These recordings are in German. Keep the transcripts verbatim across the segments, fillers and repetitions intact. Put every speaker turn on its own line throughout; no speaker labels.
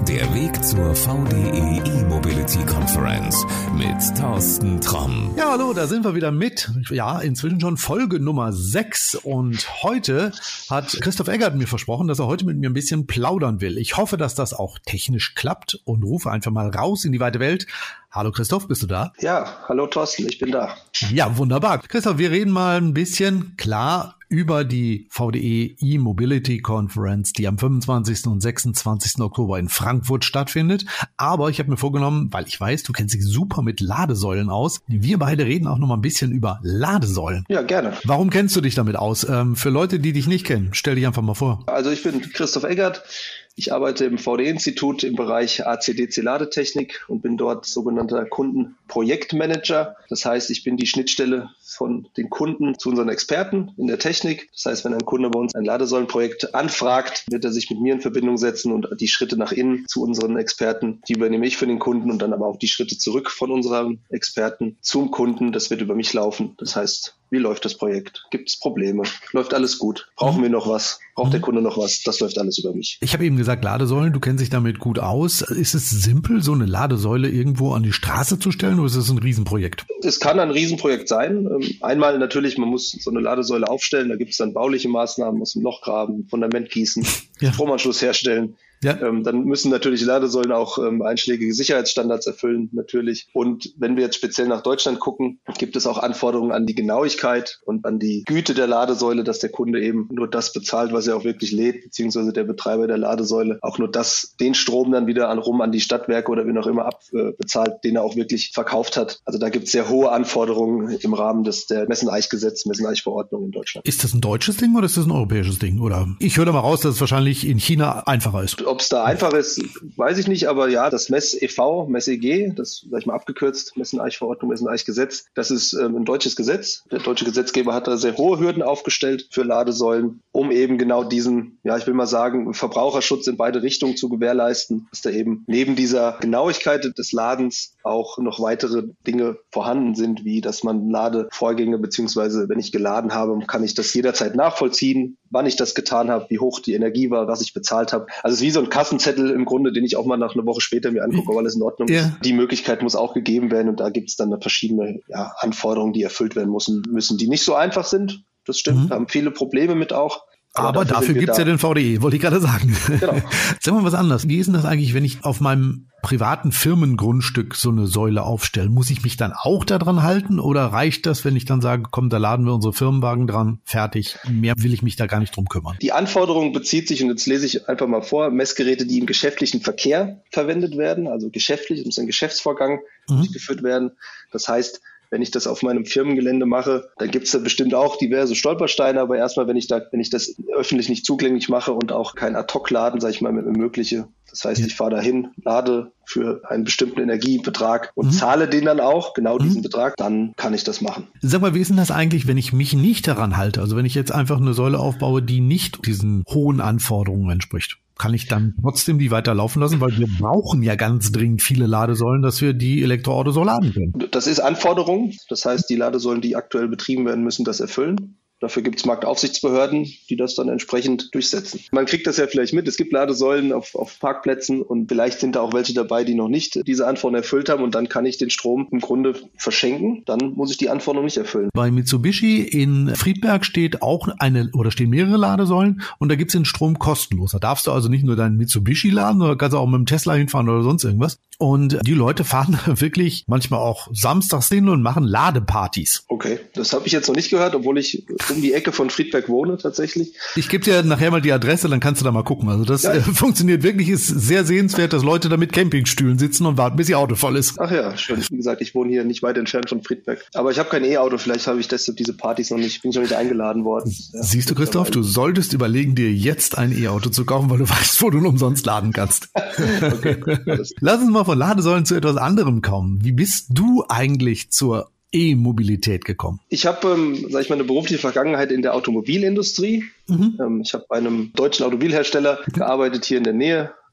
Der Weg zur V D E E-Mobility Conference mit Thorsten Tromm.
Ja, hallo, da sind wir wieder mit. Ja, inzwischen schon Folge Nummer sechs. Und heute hat Christoph Eggert mir versprochen, dass er heute mit mir ein bisschen plaudern will. Ich hoffe, dass das auch technisch klappt und rufe einfach mal raus in die weite Welt. Hallo Christoph, bist du da?
Ja, hallo Thorsten, ich bin da.
Ja, wunderbar. Christoph, wir reden mal ein bisschen, klar, über die V D E E-Mobility Conference, die am fünfundzwanzigsten und sechsundzwanzigsten Oktober in Frankfurt stattfindet. Aber ich habe mir vorgenommen, weil ich weiß, du kennst dich super mit Ladesäulen aus, wir beide reden auch noch mal ein bisschen über Ladesäulen.
Ja, gerne.
Warum kennst du dich damit aus? Ähm, für Leute, die dich nicht kennen, stell dich einfach mal vor.
Also ich bin Christoph Eggert. Ich arbeite im V D E-Institut im Bereich A C D C-Ladetechnik und bin dort sogenannter Kundenprojektmanager. Das heißt, ich bin die Schnittstelle von den Kunden zu unseren Experten in der Technik. Das heißt, wenn ein Kunde bei uns ein Ladesäulenprojekt anfragt, wird er sich mit mir in Verbindung setzen und die Schritte nach innen zu unseren Experten, die übernehme ich für den Kunden und dann aber auch die Schritte zurück von unseren Experten zum Kunden. Das wird über mich laufen. Das heißt, wie läuft das Projekt? Gibt es Probleme? Läuft alles gut? Brauchen wir noch was? Braucht der Kunde noch was? Das läuft alles über mich.
Ich habe eben gesagt, Ladesäulen, du kennst dich damit gut aus. Ist es simpel, so eine Ladesäule irgendwo an die Straße zu stellen oder ist es ein Riesenprojekt?
Es kann ein Riesenprojekt sein. Einmal natürlich, man muss so eine Ladesäule aufstellen. Da gibt es dann bauliche Maßnahmen, muss ein Loch graben, Fundament gießen, ja. Stromanschluss herstellen. Ja. Ähm, dann müssen natürlich Ladesäulen auch ähm, einschlägige Sicherheitsstandards erfüllen, natürlich. Und wenn wir jetzt speziell nach Deutschland gucken, gibt es auch Anforderungen an die Genauigkeit und an die Güte der Ladesäule, dass der Kunde eben nur das bezahlt, was er auch wirklich lädt, beziehungsweise der Betreiber der Ladesäule auch nur das, den Strom dann wieder an, rum an die Stadtwerke oder wen auch immer abbezahlt, den er auch wirklich verkauft hat. Also da gibt es sehr hohe Anforderungen im Rahmen des der Messen-Eich-Gesetz, Messen-Eich-Verordnung in Deutschland.
Ist das ein deutsches Ding oder ist das ein europäisches Ding? Oder ich höre da mal raus, dass es wahrscheinlich in China einfacher ist.
Ob es da einfach ist, weiß ich nicht, aber ja, das Mess-E V, Mess-E G, das sag ich mal abgekürzt, Messen-Eich-Verordnung, Messen-Eich-Gesetz, das ist ähm, ein deutsches Gesetz. Der deutsche Gesetzgeber hat da sehr hohe Hürden aufgestellt für Ladesäulen, um eben genau diesen, ja, ich will mal sagen, Verbraucherschutz in beide Richtungen zu gewährleisten, dass da eben neben dieser Genauigkeit des Ladens auch noch weitere Dinge vorhanden sind, wie dass man Ladevorgänge, beziehungsweise wenn ich geladen habe, kann ich das jederzeit nachvollziehen, wann ich das getan habe, wie hoch die Energie war, was ich bezahlt habe. Also es ist wie so ein Kassenzettel im Grunde, den ich auch mal nach einer Woche später mir angucke, ob alles in Ordnung ist. Ja. Die Möglichkeit muss auch gegeben werden und da gibt es dann verschiedene ja, Anforderungen, die erfüllt werden müssen, müssen, die nicht so einfach sind. Das stimmt, mhm. Da haben viele Probleme mit auch.
Aber, Aber dafür, dafür gibt es ja den V D E, wollte ich gerade sagen. Genau. Sag mal was anderes. Wie ist denn das eigentlich, wenn ich auf meinem privaten Firmengrundstück so eine Säule aufstelle? Muss ich mich dann auch daran halten oder reicht das, wenn ich dann sage, komm, da laden wir unsere Firmenwagen dran, fertig, mehr will ich mich da gar nicht drum kümmern?
Die Anforderung bezieht sich, und jetzt lese ich einfach mal vor, Messgeräte, die im geschäftlichen Verkehr verwendet werden, also geschäftlich, es muss ein Geschäftsvorgang mhm. durchgeführt werden. Das heißt, wenn ich das auf meinem Firmengelände mache, dann gibt es da bestimmt auch diverse Stolpersteine, aber erstmal, wenn ich da, wenn ich das öffentlich nicht zugänglich mache und auch kein Ad-Hoc-Laden, sage ich mal, ermögliche. Das heißt, ja. ich fahre dahin, lade für einen bestimmten Energiebetrag und mhm. zahle den dann auch, genau mhm. diesen Betrag, dann kann ich das machen.
Sag mal, wie ist denn das eigentlich, wenn ich mich nicht daran halte? Also wenn ich jetzt einfach eine Säule aufbaue, die nicht diesen hohen Anforderungen entspricht? Kann ich dann trotzdem die weiter laufen lassen? Weil wir brauchen ja ganz dringend viele Ladesäulen, dass wir die Elektroautos so laden können.
Das ist Anforderung. Das heißt, die Ladesäulen, die aktuell betrieben werden, müssen das erfüllen. Dafür gibt es Marktaufsichtsbehörden, die das dann entsprechend durchsetzen. Man kriegt das ja vielleicht mit. Es gibt Ladesäulen auf, auf Parkplätzen und vielleicht sind da auch welche dabei, die noch nicht diese Anforderungen erfüllt haben und dann kann ich den Strom im Grunde verschenken. Dann muss ich die Anforderungen nicht erfüllen.
Bei Mitsubishi in Friedberg steht auch eine oder stehen mehrere Ladesäulen und da gibt es den Strom kostenlos. Da darfst du also nicht nur deinen Mitsubishi laden, sondern kannst auch mit dem Tesla hinfahren oder sonst irgendwas. Und die Leute fahren wirklich manchmal auch samstags hin und machen Ladepartys.
Okay, das habe ich jetzt noch nicht gehört, obwohl ich um die Ecke von Friedberg wohne tatsächlich.
Ich gebe dir nachher mal die Adresse, dann kannst du da mal gucken. Also das ja. äh, funktioniert wirklich, ist sehr sehenswert, dass Leute da mit Campingstühlen sitzen und warten, bis ihr Auto voll ist.
Ach ja, schön. Wie gesagt, ich wohne hier nicht weit entfernt von Friedberg. Aber ich habe kein E-Auto, vielleicht habe ich deshalb diese Partys noch nicht, bin ich noch nicht eingeladen worden.
Ja, siehst du, Christoph, du solltest überlegen, dir jetzt ein E-Auto zu kaufen, weil du weißt, wo du ihn umsonst laden kannst. Okay. Lass uns mal von Ladesäulen zu etwas anderem kommen. Wie bist du eigentlich zur E-Mobilität gekommen?
Ich habe, ähm, sage ich mal, eine berufliche Vergangenheit in der Automobilindustrie. Mhm. Ähm, ich habe bei einem deutschen Automobilhersteller mhm. gearbeitet hier in der Nähe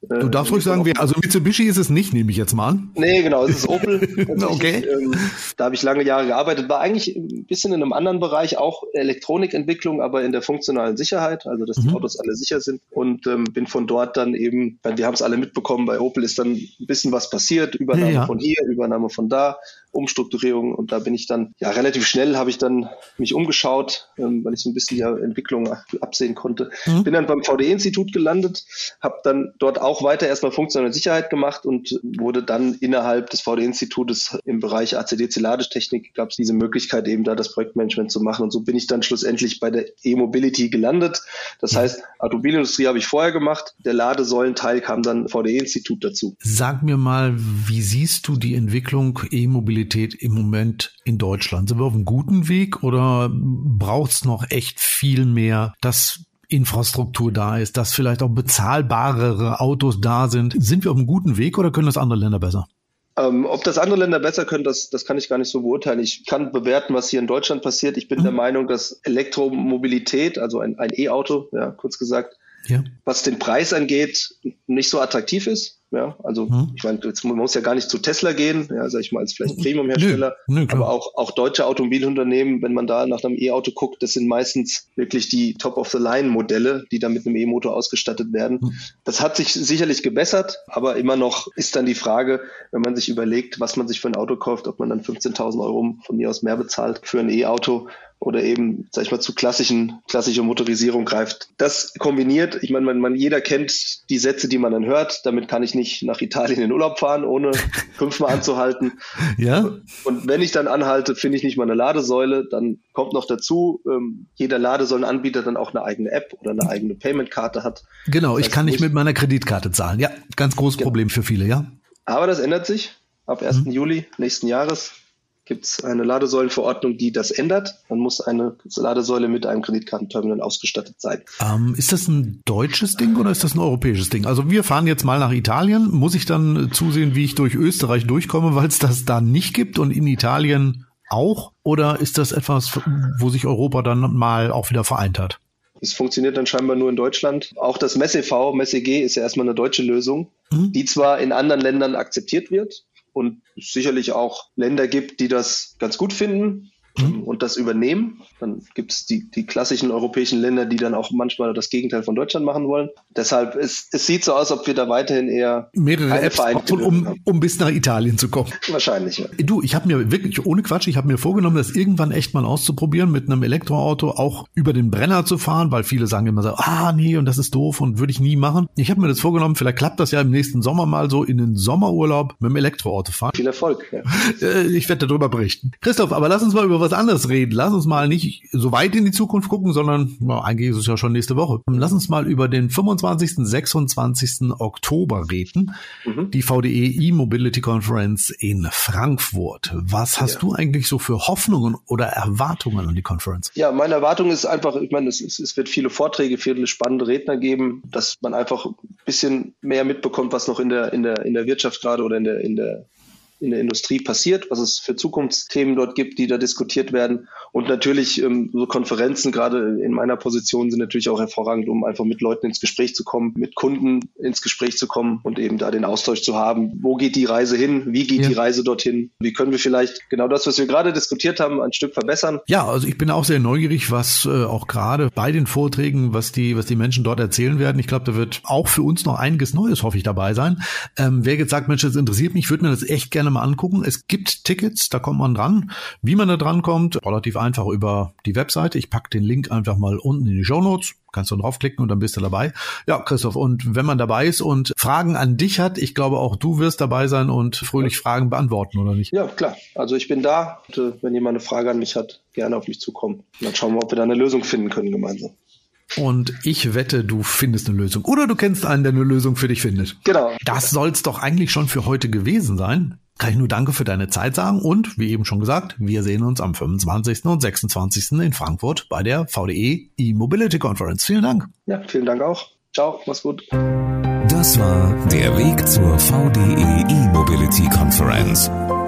Du darfst ruhig sagen, wer, also Mitsubishi ist es nicht, nehme ich jetzt mal an.
Nee, genau, es ist Opel.
Okay.
Ähm, da habe ich lange Jahre gearbeitet, war eigentlich ein bisschen in einem anderen Bereich, auch Elektronikentwicklung, aber in der funktionalen Sicherheit, also dass die
Mhm.
Autos alle sicher sind und ähm, bin von dort dann eben, weil wir haben es alle mitbekommen, bei Opel ist dann ein bisschen was passiert, Übernahme
Ja, ja.
von hier, Übernahme von da, Umstrukturierung und da bin ich dann, ja relativ schnell habe ich dann mich umgeschaut, ähm, weil ich so ein bisschen die Entwicklung absehen konnte.
Mhm.
Bin dann beim V D E-Institut gelandet, habe dann dort auch weiter erstmal funktionale Sicherheit gemacht und wurde dann innerhalb des V D E-Institutes im Bereich A C D C-Ladetechnik gab es diese Möglichkeit eben da das Projektmanagement zu machen und so bin ich dann schlussendlich bei der E-Mobility gelandet. Das heißt, Automobilindustrie habe ich vorher gemacht, der Ladesäulenteil kam dann V D E-Institut dazu.
Sag mir mal, wie siehst du die Entwicklung E-Mobilität im Moment in Deutschland? Sind wir auf einem guten Weg oder braucht es noch echt viel mehr, dass Infrastruktur da ist, dass vielleicht auch bezahlbarere Autos da sind? Sind wir auf einem guten Weg oder können das andere Länder besser?
Ähm, ob das andere Länder besser können, das, das kann ich gar nicht so beurteilen. Ich kann bewerten, was hier in Deutschland passiert. Ich bin
Mhm.
der Meinung, dass Elektromobilität, also ein, ein E-Auto, ja, kurz gesagt,
Ja.
was den Preis angeht, nicht so attraktiv ist. Ja, also
Mhm.
ich meine, jetzt, man muss ja gar nicht zu Tesla gehen, ja, sag ich mal, als vielleicht Premium-Hersteller,
Nö, nö, klar.
aber auch, auch deutsche Automobilunternehmen, wenn man da nach einem E-Auto guckt, das sind meistens wirklich die Top-of-the-Line-Modelle, die dann mit einem E-Motor ausgestattet werden.
Mhm.
Das hat sich sicherlich gebessert, aber immer noch ist dann die Frage, wenn man sich überlegt, was man sich für ein Auto kauft, ob man dann fünfzehntausend Euro von mir aus mehr bezahlt für ein E-Auto oder eben, sag ich mal, zu klassischen, klassischer Motorisierung greift. Das kombiniert, ich meine, man, man, jeder kennt die Sätze, die man dann hört, damit kann ich nicht nach Italien in Urlaub fahren, ohne fünfmal anzuhalten.
Ja?
Und wenn ich dann anhalte, finde ich nicht mal eine Ladesäule, dann kommt noch dazu, ähm, jeder Ladesäulenanbieter dann auch eine eigene App oder eine eigene Payment-Karte hat.
Genau,
Das
ich
heißt,
kann
wo
nicht
ich-
mit meiner Kreditkarte zahlen. Ja, ganz großes
Genau.
Problem für viele, ja.
Aber das ändert sich. Ab ersten Juli nächsten Jahres gibt es eine Ladesäulenverordnung, die das ändert. Dann muss eine Ladesäule mit einem Kreditkartenterminal ausgestattet sein.
Ähm, ist das ein deutsches Ding oder ist das ein europäisches Ding? Also wir fahren jetzt mal nach Italien. Muss ich dann zusehen, wie ich durch Österreich durchkomme, weil es das da nicht gibt und in Italien auch? Oder ist das etwas, wo sich Europa dann mal auch wieder vereint hat?
Es funktioniert dann scheinbar nur in Deutschland. Auch das MES-E V, MES-E G ist ja erstmal eine deutsche Lösung,
Mhm.
die zwar in anderen Ländern akzeptiert wird und es sicherlich auch Länder gibt, die das ganz gut finden
Mhm.
und das übernehmen. Dann gibt es die, die klassischen europäischen Länder, die dann auch manchmal das Gegenteil von Deutschland machen wollen. Deshalb, es, es sieht so aus, ob wir da weiterhin eher
Mehrere
keine
Apps
Vereinigte
brauchen,
Lösung
um,
haben.
um bis nach Italien zu kommen.
Wahrscheinlich, ja.
Du, ich habe mir wirklich, ohne Quatsch, ich habe mir vorgenommen, das irgendwann echt mal auszuprobieren, mit einem Elektroauto auch über den Brenner zu fahren, weil viele sagen immer so, ah nee, und das ist doof und würde ich nie machen. Ich habe mir das vorgenommen, vielleicht klappt das ja im nächsten Sommer mal so in den Sommerurlaub mit dem Elektroauto fahren.
Viel Erfolg. Ja.
Äh, Ich werde darüber berichten. Christoph, aber lass uns mal über was anderes reden. Lass uns mal nicht so weit in die Zukunft gucken, sondern na, eigentlich ist es ja schon nächste Woche. Lass uns mal über den fünfundzwanzigsten, sechsundzwanzigsten Oktober reden.
Mhm.
Die V D E E-Mobility Conference in Frankfurt. Was hast
Ja.
du eigentlich so für Hoffnungen oder Erwartungen an die Conference?
Ja, meine Erwartung ist einfach, ich meine, es, es, es wird viele Vorträge, viele spannende Redner geben, dass man einfach ein bisschen mehr mitbekommt, was noch in der, in der, in der Wirtschaft gerade oder in der, in der, in der Industrie passiert, was es für Zukunftsthemen dort gibt, die da diskutiert werden. Und natürlich ähm, so Konferenzen, gerade in meiner Position, sind natürlich auch hervorragend, um einfach mit Leuten ins Gespräch zu kommen, mit Kunden ins Gespräch zu kommen und eben da den Austausch zu haben. Wo geht die Reise hin? Wie geht
Ja.
die Reise dorthin? Wie können wir vielleicht genau das, was wir gerade diskutiert haben, ein Stück verbessern?
Ja, also ich bin auch sehr neugierig, was äh, auch gerade bei den Vorträgen, was die, was die Menschen dort erzählen werden. Ich glaube, da wird auch für uns noch einiges Neues, hoffe ich, dabei sein. Ähm, wer jetzt sagt, Mensch, das interessiert mich, ich würde mir das echt gerne mal angucken. Es gibt Tickets, da kommt man dran. Wie man da dran kommt, relativ einfach über die Webseite. Ich packe den Link einfach mal unten in die Shownotes. Kannst du draufklicken und dann bist du dabei. Ja, Christoph, und wenn man dabei ist und Fragen an dich hat, ich glaube auch du wirst dabei sein und fröhlich Fragen beantworten, oder nicht?
Ja, klar. Also ich bin da. Und, äh, wenn jemand eine Frage an mich hat, gerne auf mich zukommen. Und dann schauen wir, ob wir da eine Lösung finden können gemeinsam.
Und ich wette, du findest eine Lösung. Oder du kennst einen, der eine Lösung für dich findet.
Genau.
Das soll's doch eigentlich schon für heute gewesen sein. Kann ich nur Danke für deine Zeit sagen und, wie eben schon gesagt, wir sehen uns am fünfundzwanzigsten und sechsundzwanzigsten in Frankfurt bei der V D E E-Mobility Conference. Vielen Dank.
Ja, vielen Dank auch. Ciao, mach's gut.
Das war der Weg zur V D E E-Mobility Conference.